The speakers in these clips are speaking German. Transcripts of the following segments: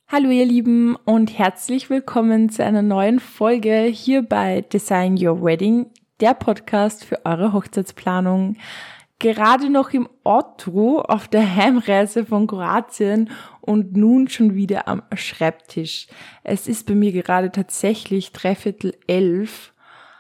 Hallo ihr Lieben und herzlich willkommen zu einer neuen Folge hier bei Design Your Wedding, der Podcast für eure Hochzeitsplanung. Gerade noch im Auto auf der Heimreise von Kroatien und nun schon wieder am Schreibtisch. Es ist bei mir gerade tatsächlich 10:45,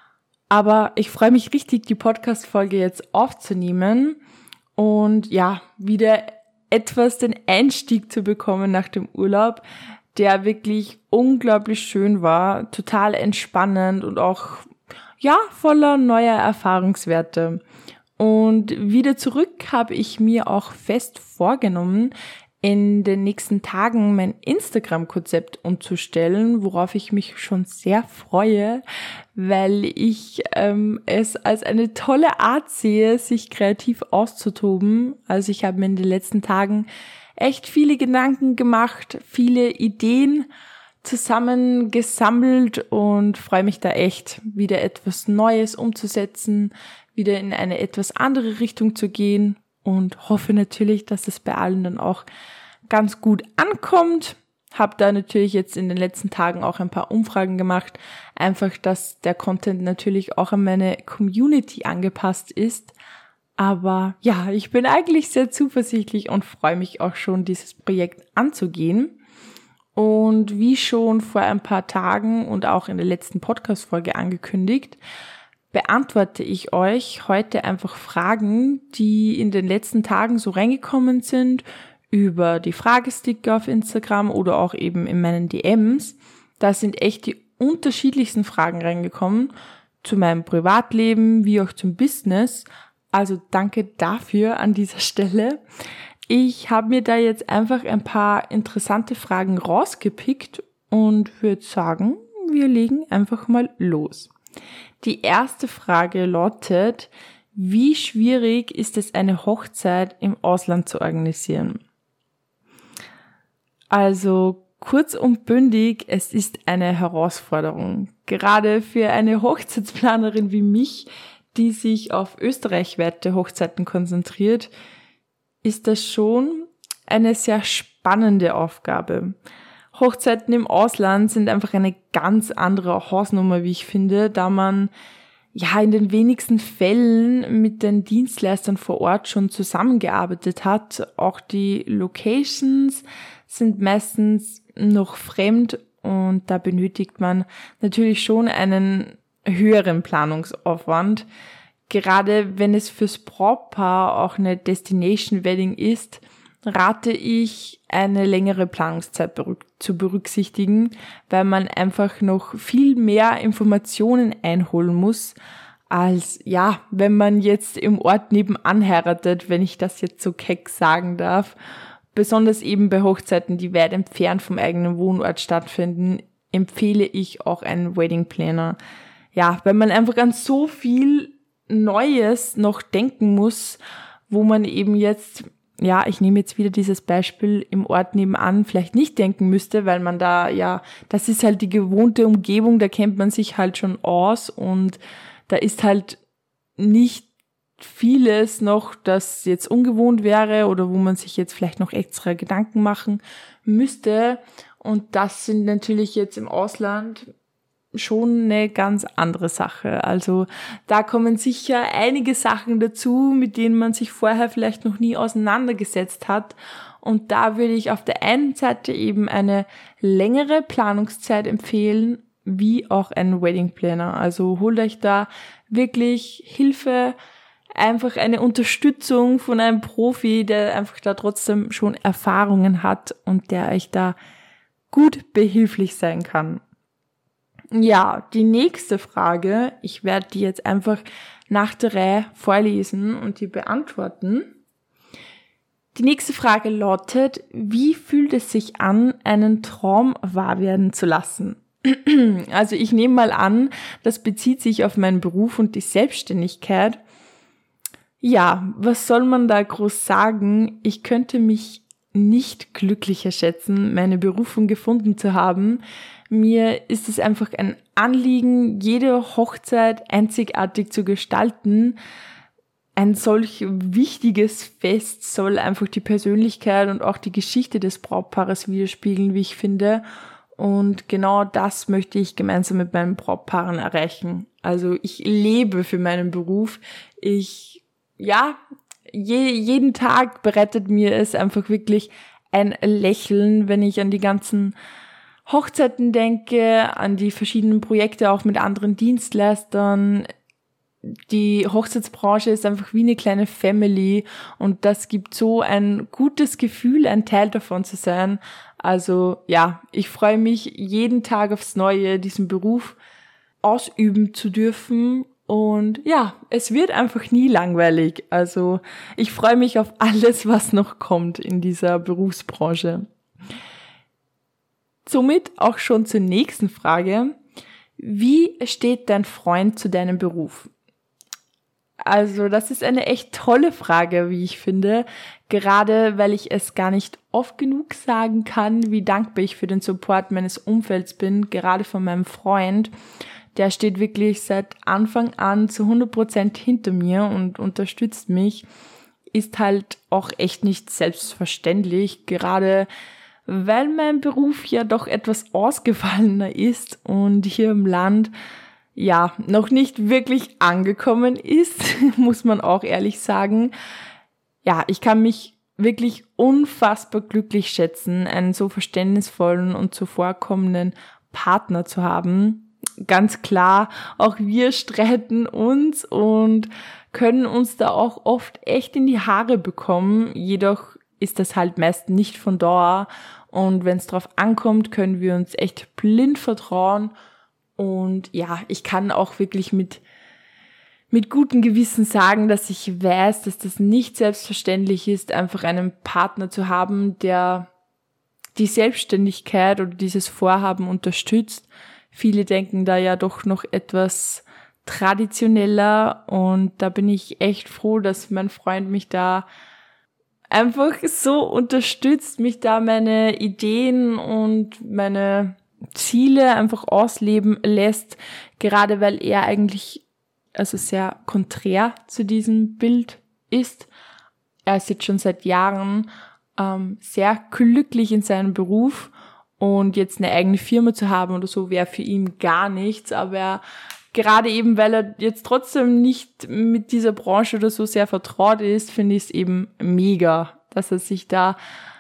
aber ich freue mich richtig, die Podcast-Folge jetzt aufzunehmen und ja, wieder etwas den Einstieg zu bekommen nach dem Urlaub, der wirklich unglaublich schön war, total entspannend und auch voller neuer Erfahrungswerte. Und wieder zurück habe ich mir auch fest vorgenommen, in den nächsten Tagen mein Instagram-Konzept umzustellen, worauf ich mich schon sehr freue, weil ich es als eine tolle Art sehe, sich kreativ auszutoben. Also ich habe mir in den letzten Tagen echt viele Gedanken gemacht, viele Ideen zusammengesammelt und freue mich da echt, wieder etwas Neues umzusetzen, wieder in eine etwas andere Richtung zu gehen. Und hoffe natürlich, dass es bei allen dann auch ganz gut ankommt. Habe da natürlich jetzt in den letzten Tagen auch ein paar Umfragen gemacht. Einfach, dass der Content natürlich auch an meine Community angepasst ist. Aber ja, ich bin eigentlich sehr zuversichtlich und freue mich auch schon, dieses Projekt anzugehen. Und wie schon vor ein paar Tagen und auch in der letzten Podcast-Folge angekündigt, beantworte ich euch heute einfach Fragen, die in den letzten Tagen so reingekommen sind, über die Fragesticker auf Instagram oder auch eben in meinen DMs. Da sind echt die unterschiedlichsten Fragen reingekommen, zu meinem Privatleben wie auch zum Business. Also danke dafür an dieser Stelle. Ich habe mir da jetzt einfach ein paar interessante Fragen rausgepickt und würde sagen, wir legen einfach mal los. Die erste Frage lautet: Wie schwierig ist es, eine Hochzeit im Ausland zu organisieren? Also kurz und bündig, es ist eine Herausforderung. Gerade für eine Hochzeitsplanerin wie mich, die sich auf österreichweite Hochzeiten konzentriert, ist das schon eine sehr spannende Aufgabe. Hochzeiten im Ausland sind einfach eine ganz andere Hausnummer, wie ich finde, da man in den wenigsten Fällen mit den Dienstleistern vor Ort schon zusammengearbeitet hat. Auch die Locations sind meistens noch fremd und da benötigt man natürlich schon einen höheren Planungsaufwand. Gerade wenn es fürs Brautpaar auch eine Destination Wedding ist, rate ich, eine längere Planungszeit zu berücksichtigen, weil man einfach noch viel mehr Informationen einholen muss, als wenn man jetzt im Ort nebenan heiratet, wenn ich das jetzt so keck sagen darf. Besonders eben bei Hochzeiten, die weit entfernt vom eigenen Wohnort stattfinden, empfehle ich auch einen Wedding Planner. Ja, weil man einfach an so viel Neues noch denken muss, wo man eben jetzt, ich nehme jetzt wieder dieses Beispiel im Ort nebenan, vielleicht nicht denken müsste, weil man da, das ist halt die gewohnte Umgebung, da kennt man sich halt schon aus und da ist halt nicht vieles noch, das jetzt ungewohnt wäre oder wo man sich jetzt vielleicht noch extra Gedanken machen müsste. Und das sind natürlich jetzt im Ausland schon eine ganz andere Sache. Also da kommen sicher einige Sachen dazu, mit denen man sich vorher vielleicht noch nie auseinandergesetzt hat. Und da würde ich auf der einen Seite eben eine längere Planungszeit empfehlen, wie auch einen Wedding Planner. Also holt euch da wirklich Hilfe, einfach eine Unterstützung von einem Profi, der einfach da trotzdem schon Erfahrungen hat und der euch da gut behilflich sein kann. Ja, die nächste Frage, ich werde die jetzt einfach nach der Reihe vorlesen und die beantworten. Die nächste Frage lautet: Wie fühlt es sich an, einen Traum wahr werden zu lassen? Also ich nehme mal an, das bezieht sich auf meinen Beruf und die Selbstständigkeit. Ja, was soll man da groß sagen? Ich könnte mich nicht glücklicher schätzen, meine Berufung gefunden zu haben. Mir ist es einfach ein Anliegen, jede Hochzeit einzigartig zu gestalten, ein solch wichtiges Fest soll einfach die Persönlichkeit und auch die Geschichte des Brautpaares widerspiegeln, wie ich finde. Und genau das möchte ich gemeinsam mit meinen Brautpaaren erreichen. Also ich lebe für meinen Beruf. Jeden Tag bereitet mir es einfach wirklich ein Lächeln, wenn ich an die ganzen Hochzeiten denke, an die verschiedenen Projekte auch mit anderen Dienstleistern. Die Hochzeitsbranche ist einfach wie eine kleine Family und das gibt so ein gutes Gefühl, ein Teil davon zu sein. Also ja, ich freue mich jeden Tag aufs Neue, diesen Beruf ausüben zu dürfen und ja, es wird einfach nie langweilig. Also ich freue mich auf alles, was noch kommt in dieser Berufsbranche. Somit auch schon zur nächsten Frage. Wie steht dein Freund zu deinem Beruf? Also das ist eine echt tolle Frage, wie ich finde, gerade weil ich es gar nicht oft genug sagen kann, wie dankbar ich für den Support meines Umfelds bin, gerade von meinem Freund. Der steht wirklich seit Anfang an zu 100% hinter mir und unterstützt mich. Ist halt auch echt nicht selbstverständlich, gerade weil mein Beruf ja doch etwas ausgefallener ist und hier im Land ja noch nicht wirklich angekommen ist, muss man auch ehrlich sagen. Ja, ich kann mich wirklich unfassbar glücklich schätzen, einen so verständnisvollen und zuvorkommenden Partner zu haben. Ganz klar, auch wir streiten uns und können uns da auch oft echt in die Haare bekommen. Jedoch ist das halt meist nicht von Dauer. Und wenn es drauf ankommt, können wir uns echt blind vertrauen. Und ja, ich kann auch wirklich mit gutem Gewissen sagen, dass ich weiß, dass das nicht selbstverständlich ist, einfach einen Partner zu haben, der die Selbstständigkeit oder dieses Vorhaben unterstützt. Viele denken da ja doch noch etwas traditioneller und da bin ich echt froh, dass mein Freund mich da einfach so unterstützt, mich da meine Ideen und meine Ziele einfach ausleben lässt, gerade weil er eigentlich also sehr konträr zu diesem Bild ist. Er ist jetzt schon seit Jahren sehr glücklich in seinem Beruf und jetzt eine eigene Firma zu haben oder so wäre für ihn gar nichts, aber gerade eben, weil er jetzt trotzdem nicht mit dieser Branche oder so sehr vertraut ist, finde ich es eben mega, dass er sich da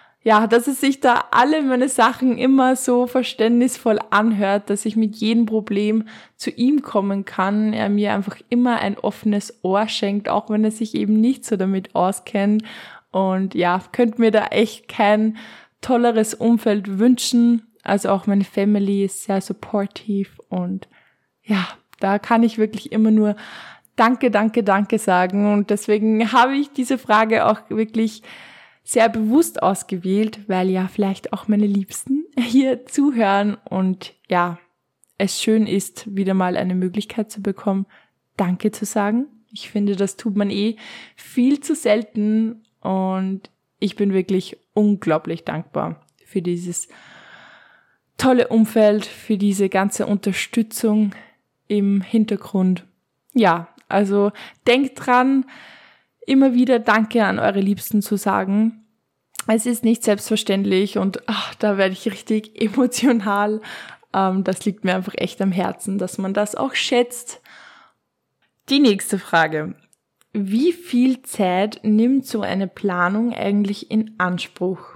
alle meine Sachen immer so verständnisvoll anhört, dass ich mit jedem Problem zu ihm kommen kann. Er mir einfach immer ein offenes Ohr schenkt, auch wenn er sich eben nicht so damit auskennt. Und ja, könnte mir da echt kein tolleres Umfeld wünschen. Also auch meine Family ist sehr supportive und ja, da kann ich wirklich immer nur Danke, danke, danke sagen. Und deswegen habe ich diese Frage auch wirklich sehr bewusst ausgewählt, weil ja vielleicht auch meine Liebsten hier zuhören und ja, es schön ist, wieder mal eine Möglichkeit zu bekommen, Danke zu sagen. Ich finde, das tut man viel zu selten und ich bin wirklich unglaublich dankbar für dieses tolle Umfeld, für diese ganze Unterstützung im Hintergrund. Ja, also denkt dran, immer wieder Danke an eure Liebsten zu sagen. Es ist nicht selbstverständlich und da werde ich richtig emotional. Das liegt mir einfach echt am Herzen, dass man das auch schätzt. Die nächste Frage. Wie viel Zeit nimmt so eine Planung eigentlich in Anspruch?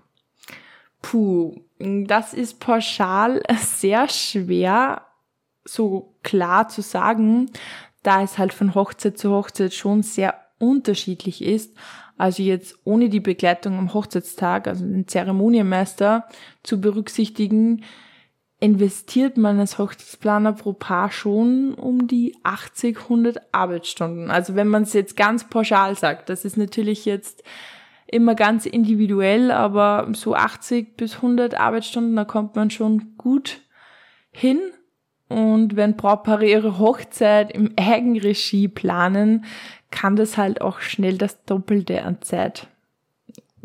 Das ist pauschal sehr schwer so klar zu sagen, da es halt von Hochzeit zu Hochzeit schon sehr unterschiedlich ist. Also jetzt ohne die Begleitung am Hochzeitstag, also den Zeremonienmeister zu berücksichtigen, investiert man als Hochzeitsplaner pro Paar schon um die 80, 100 Arbeitsstunden. Also wenn man es jetzt ganz pauschal sagt, das ist natürlich jetzt immer ganz individuell, aber so 80 bis 100 Arbeitsstunden, da kommt man schon gut hin. Und wenn Brautpaare ihre Hochzeit im Eigenregie planen, kann das halt auch schnell das Doppelte an Zeit.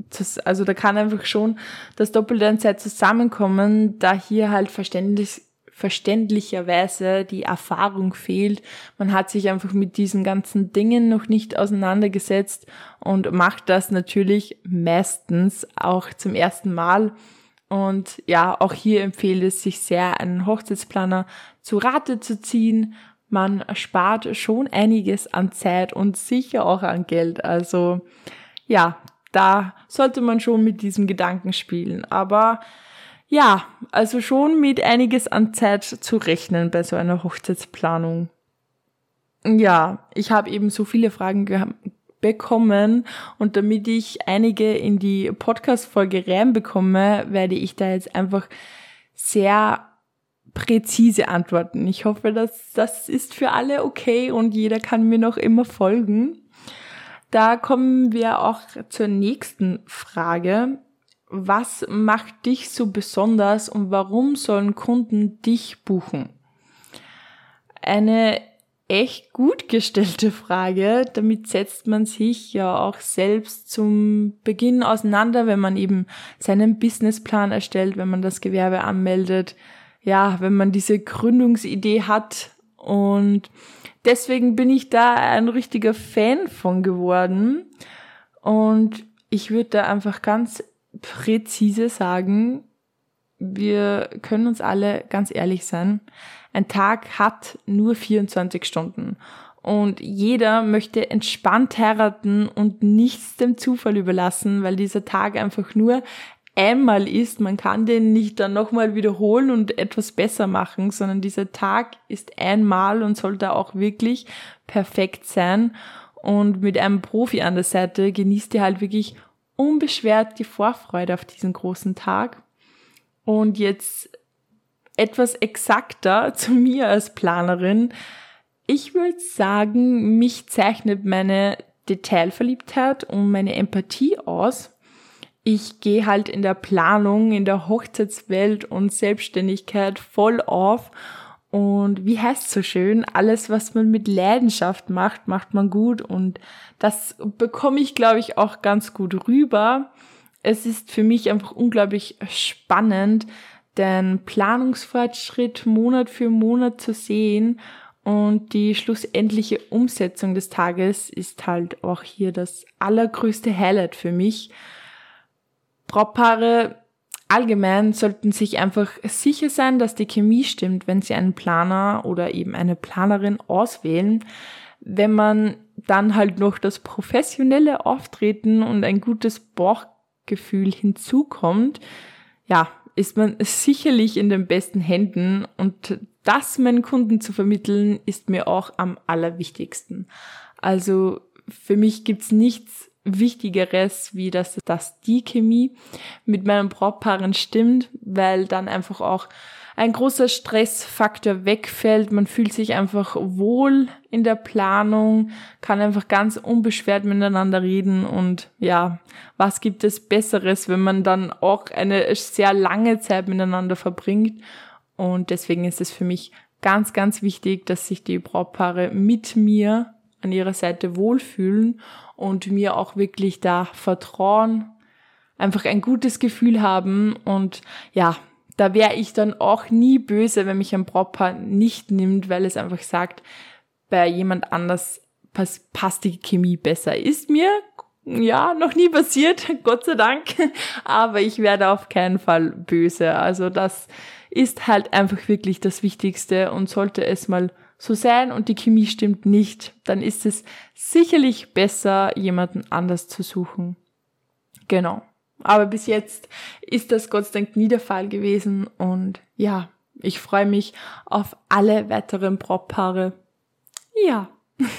Da kann einfach schon das Doppelte an Zeit zusammenkommen, da hier halt verständlicherweise die Erfahrung fehlt. Man hat sich einfach mit diesen ganzen Dingen noch nicht auseinandergesetzt und macht das natürlich meistens auch zum ersten Mal. Und ja, auch hier empfiehlt es sich sehr, einen Hochzeitsplaner zu Rate zu ziehen. Man spart schon einiges an Zeit und sicher auch an Geld. Also ja, da sollte man schon mit diesem Gedanken spielen. Aber ja, also schon mit einiges an Zeit zu rechnen bei so einer Hochzeitsplanung. Ja, ich habe eben so viele Fragen bekommen und damit ich einige in die Podcast-Folge reinbekomme, werde ich da jetzt einfach sehr präzise antworten. Ich hoffe, dass das ist für alle okay und jeder kann mir noch immer folgen. Da kommen wir auch zur nächsten Frage. Was macht dich so besonders und warum sollen Kunden dich buchen? Eine echt gut gestellte Frage. Damit setzt man sich ja auch selbst zum Beginn auseinander, wenn man eben seinen Businessplan erstellt, wenn man das Gewerbe anmeldet, ja, wenn man diese Gründungsidee hat. Und deswegen bin ich da ein richtiger Fan von geworden. Und ich würde da einfach ganz präzise sagen, wir können uns alle ganz ehrlich sein, ein Tag hat nur 24 Stunden und jeder möchte entspannt heiraten und nichts dem Zufall überlassen, weil dieser Tag einfach nur einmal ist. Man kann den nicht dann nochmal wiederholen und etwas besser machen, sondern dieser Tag ist einmal und sollte auch wirklich perfekt sein. Und mit einem Profi an der Seite genießt ihr halt wirklich unbeschwert die Vorfreude auf diesen großen Tag. Und jetzt etwas exakter zu mir als Planerin. Ich würde sagen, mich zeichnet meine Detailverliebtheit und meine Empathie aus. Ich gehe halt in der Planung, in der Hochzeitswelt und Selbstständigkeit voll auf. Und wie heißt es so schön, alles, was man mit Leidenschaft macht, macht man gut. Und das bekomme ich, glaube ich, auch ganz gut rüber. Es ist für mich einfach unglaublich spannend, den Planungsfortschritt Monat für Monat zu sehen. Und die schlussendliche Umsetzung des Tages ist halt auch hier das allergrößte Highlight für mich. Brautpaare allgemein sollten sich einfach sicher sein, dass die Chemie stimmt, wenn sie einen Planer oder eben eine Planerin auswählen. Wenn man dann halt noch das professionelle Auftreten und ein gutes Bauchgefühl hinzukommt, ja, ist man sicherlich in den besten Händen und das meinen Kunden zu vermitteln, ist mir auch am allerwichtigsten. Also für mich gibt's nichts Wichtigeres, wie dass die Chemie mit meinen Brautpaaren stimmt, weil dann einfach auch ein großer Stressfaktor wegfällt. Man fühlt sich einfach wohl in der Planung, kann einfach ganz unbeschwert miteinander reden und ja, was gibt es Besseres, wenn man dann auch eine sehr lange Zeit miteinander verbringt und deswegen ist es für mich ganz, ganz wichtig, dass sich die Brautpaare mit mir an ihrer Seite wohlfühlen und mir auch wirklich da vertrauen, einfach ein gutes Gefühl haben und ja, da wäre ich dann auch nie böse, wenn mich ein Brautpaar nicht nimmt, weil es einfach sagt, bei jemand anders passt die Chemie besser. Ist mir, ja, noch nie passiert, Gott sei Dank, aber ich werde auf keinen Fall böse. Also das ist halt einfach wirklich das Wichtigste und sollte es mal so sein und die Chemie stimmt nicht, dann ist es sicherlich besser, jemanden anders zu suchen. Genau. Aber bis jetzt ist das Gott sei Dank nie der Fall gewesen und ja, ich freue mich auf alle weiteren Brautpaare. Ja.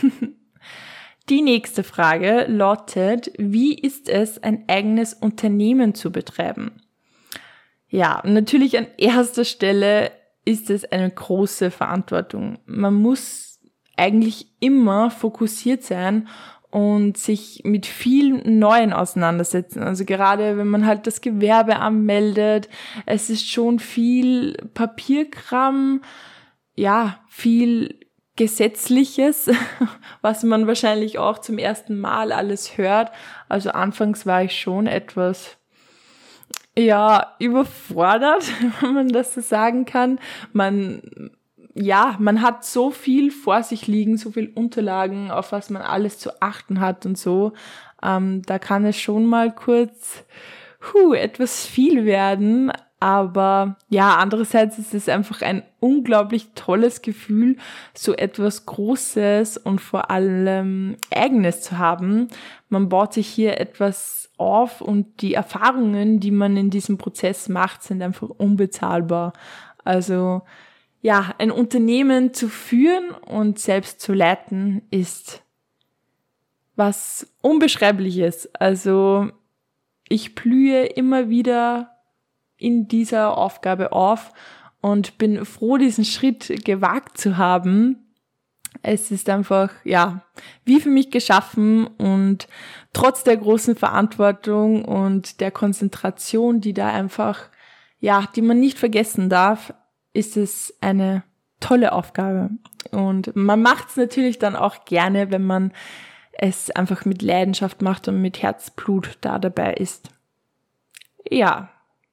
Die nächste Frage lautet, wie ist es, ein eigenes Unternehmen zu betreiben? Ja, natürlich an erster Stelle ist es eine große Verantwortung. Man muss eigentlich immer fokussiert sein und sich mit vielen Neuen auseinandersetzen. Also gerade wenn man halt das Gewerbe anmeldet, es ist schon viel Papierkram, ja, viel Gesetzliches, was man wahrscheinlich auch zum ersten Mal alles hört. Also anfangs war ich schon etwas Ja, überfordert, wenn man das so sagen kann. Man hat so viel vor sich liegen, so viel Unterlagen, auf was man alles zu achten hat und so. Da kann es schon mal kurz etwas viel werden. Aber ja, andererseits ist es einfach ein unglaublich tolles Gefühl, so etwas Großes und vor allem Eigenes zu haben. Man baut sich hier etwas auf und die Erfahrungen, die man in diesem Prozess macht, sind einfach unbezahlbar. Also ja, ein Unternehmen zu führen und selbst zu leiten ist was Unbeschreibliches. Also ich blühe immer wieder in dieser Aufgabe auf und bin froh, diesen Schritt gewagt zu haben. Es ist einfach, wie für mich geschaffen und trotz der großen Verantwortung und der Konzentration, die da einfach, die man nicht vergessen darf, ist es eine tolle Aufgabe. Und man macht es natürlich dann auch gerne, wenn man es einfach mit Leidenschaft macht und mit Herzblut da dabei ist. Ja.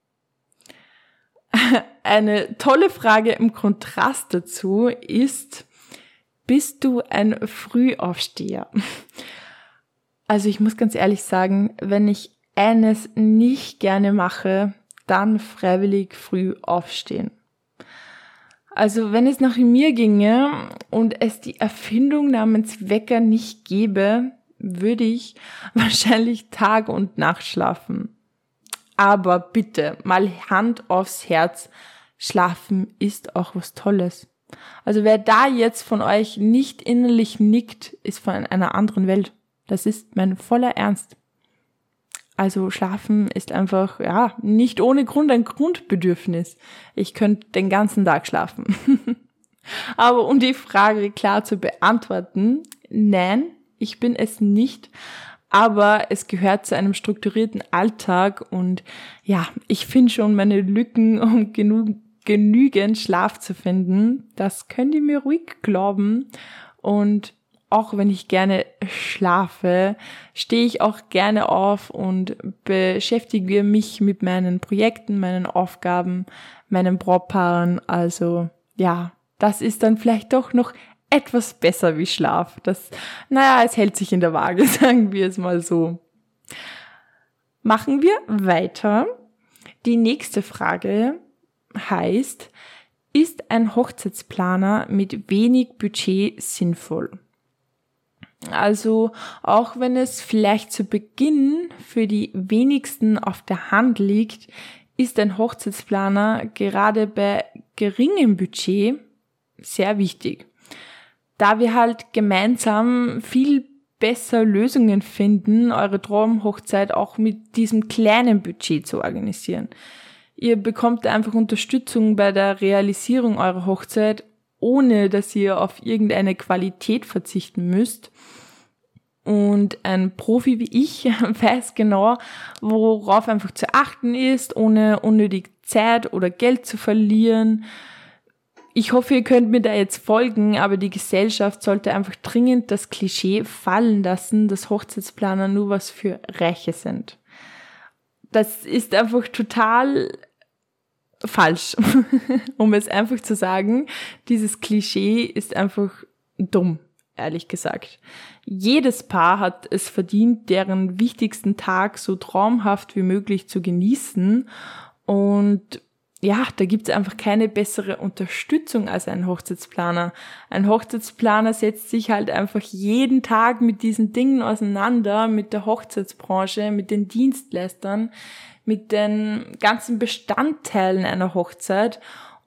Eine tolle Frage im Kontrast dazu ist, bist du ein Frühaufsteher? Also ich muss ganz ehrlich sagen, wenn ich eines nicht gerne mache, dann freiwillig früh aufstehen. Also wenn es nach mir ginge und es die Erfindung namens Wecker nicht gäbe, würde ich wahrscheinlich Tag und Nacht schlafen. Aber bitte, mal Hand aufs Herz, Schlafen ist auch was Tolles. Also wer da jetzt von euch nicht innerlich nickt, ist von einer anderen Welt. Das ist mein voller Ernst. Also Schlafen ist einfach, nicht ohne Grund ein Grundbedürfnis. Ich könnte den ganzen Tag schlafen. Aber um die Frage klar zu beantworten, nein, ich bin es nicht. Aber es gehört zu einem strukturierten Alltag und ich finde schon meine Lücken, um genügend Schlaf zu finden. Das könnt ihr mir ruhig glauben. Und auch wenn ich gerne schlafe, stehe ich auch gerne auf und beschäftige mich mit meinen Projekten, meinen Aufgaben, meinen Brautpaaren. Also das ist dann vielleicht doch noch etwas besser wie Schlaf. Es hält sich in der Waage, sagen wir es mal so. Machen wir weiter. Die nächste Frage heißt, ist ein Hochzeitsplaner mit wenig Budget sinnvoll? Also auch wenn es vielleicht zu Beginn für die wenigsten auf der Hand liegt, ist ein Hochzeitsplaner gerade bei geringem Budget sehr wichtig. Da wir halt gemeinsam viel besser Lösungen finden, eure Traumhochzeit auch mit diesem kleinen Budget zu organisieren. Ihr bekommt einfach Unterstützung bei der Realisierung eurer Hochzeit, ohne dass ihr auf irgendeine Qualität verzichten müsst. Und ein Profi wie ich weiß genau, worauf einfach zu achten ist, ohne unnötig Zeit oder Geld zu verlieren. Ich hoffe, ihr könnt mir da jetzt folgen, aber die Gesellschaft sollte einfach dringend das Klischee fallen lassen, dass Hochzeitsplaner nur was für Reiche sind. Das ist einfach total falsch, um es einfach zu sagen. Dieses Klischee ist einfach dumm, ehrlich gesagt. Jedes Paar hat es verdient, deren wichtigsten Tag so traumhaft wie möglich zu genießen. Und da gibt's einfach keine bessere Unterstützung als ein Hochzeitsplaner. Ein Hochzeitsplaner setzt sich halt einfach jeden Tag mit diesen Dingen auseinander, mit der Hochzeitsbranche, mit den Dienstleistern, mit den ganzen Bestandteilen einer Hochzeit.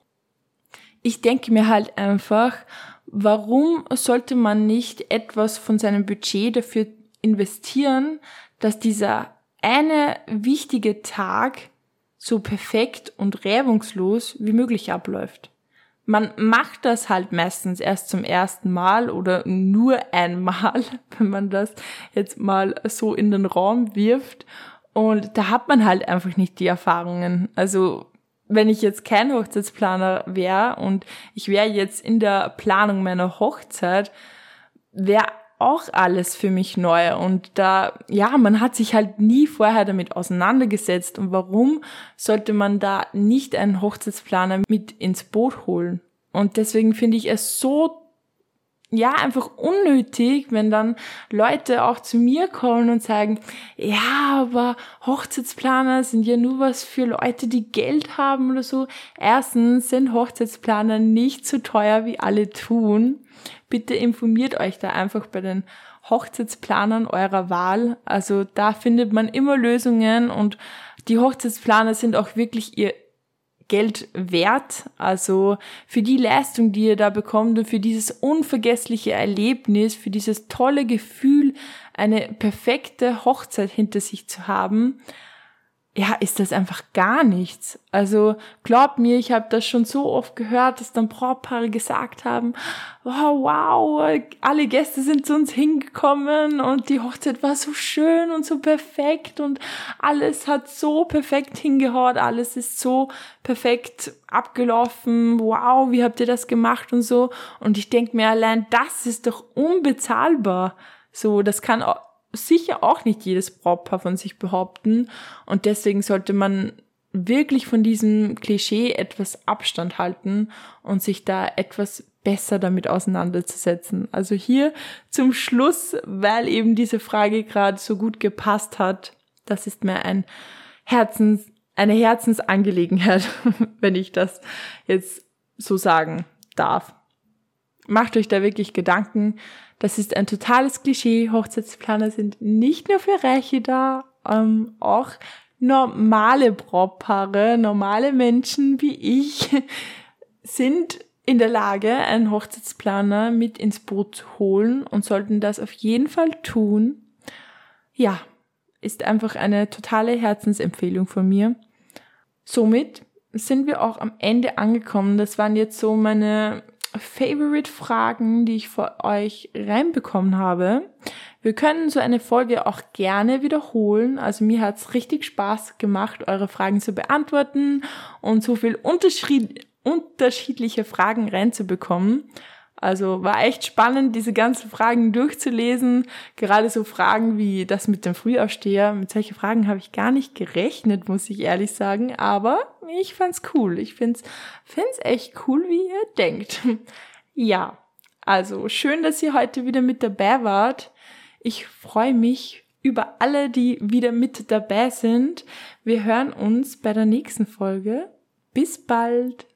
Ich denke mir halt einfach, warum sollte man nicht etwas von seinem Budget dafür investieren, dass dieser eine wichtige Tag so perfekt und reibungslos wie möglich abläuft? Man macht das halt meistens erst zum ersten Mal oder nur einmal, wenn man das jetzt mal so in den Raum wirft. Und da hat man halt einfach nicht die Erfahrungen. Also wenn ich jetzt kein Hochzeitsplaner wäre und ich wäre jetzt in der Planung meiner Hochzeit, wäre auch alles für mich neu und man hat sich halt nie vorher damit auseinandergesetzt und warum sollte man da nicht einen Hochzeitsplaner mit ins Boot holen? Und deswegen finde ich es so einfach unnötig, wenn dann Leute auch zu mir kommen und sagen, ja, aber Hochzeitsplaner sind ja nur was für Leute, die Geld haben oder so. Erstens sind Hochzeitsplaner nicht so teuer, wie alle tun. Bitte informiert euch da einfach bei den Hochzeitsplanern eurer Wahl. Also da findet man immer Lösungen und die Hochzeitsplaner sind auch wirklich ihr Geld wert, also für die Leistung, die ihr da bekommt und für dieses unvergessliche Erlebnis, für dieses tolle Gefühl, eine perfekte Hochzeit hinter sich zu haben, ist das einfach gar nichts. Also glaubt mir, ich habe das schon so oft gehört, dass dann Brautpaare gesagt haben, wow, alle Gäste sind zu uns hingekommen und die Hochzeit war so schön und so perfekt und alles hat so perfekt hingehaut, alles ist so perfekt abgelaufen, wow, wie habt ihr das gemacht und so. Und ich denke mir, allein das ist doch unbezahlbar. So, das kann sicher auch nicht jedes Brautpaar von sich behaupten und deswegen sollte man wirklich von diesem Klischee etwas Abstand halten und sich da etwas besser damit auseinanderzusetzen. Also hier zum Schluss, weil eben diese Frage gerade so gut gepasst hat, das ist mir eine Herzensangelegenheit, wenn ich das jetzt so sagen darf. Macht euch da wirklich Gedanken. Das ist ein totales Klischee. Hochzeitsplaner sind nicht nur für Reiche da, auch normale Brautpaare, normale Menschen wie ich sind in der Lage, einen Hochzeitsplaner mit ins Boot zu holen und sollten das auf jeden Fall tun. Ja, ist einfach eine totale Herzensempfehlung von mir. Somit sind wir auch am Ende angekommen. Das waren jetzt so meine Favorite-Fragen, die ich für euch reinbekommen habe. Wir können so eine Folge auch gerne wiederholen. Also mir hat's richtig Spaß gemacht, eure Fragen zu beantworten und so viel unterschiedliche Fragen reinzubekommen. Also war echt spannend, diese ganzen Fragen durchzulesen. Gerade so Fragen wie das mit dem Frühaufsteher. Mit solchen Fragen habe ich gar nicht gerechnet, muss ich ehrlich sagen. Aber ich fand's cool. Ich find's echt cool, wie ihr denkt. Ja, also schön, dass ihr heute wieder mit dabei wart. Ich freue mich über alle, die wieder mit dabei sind. Wir hören uns bei der nächsten Folge. Bis bald!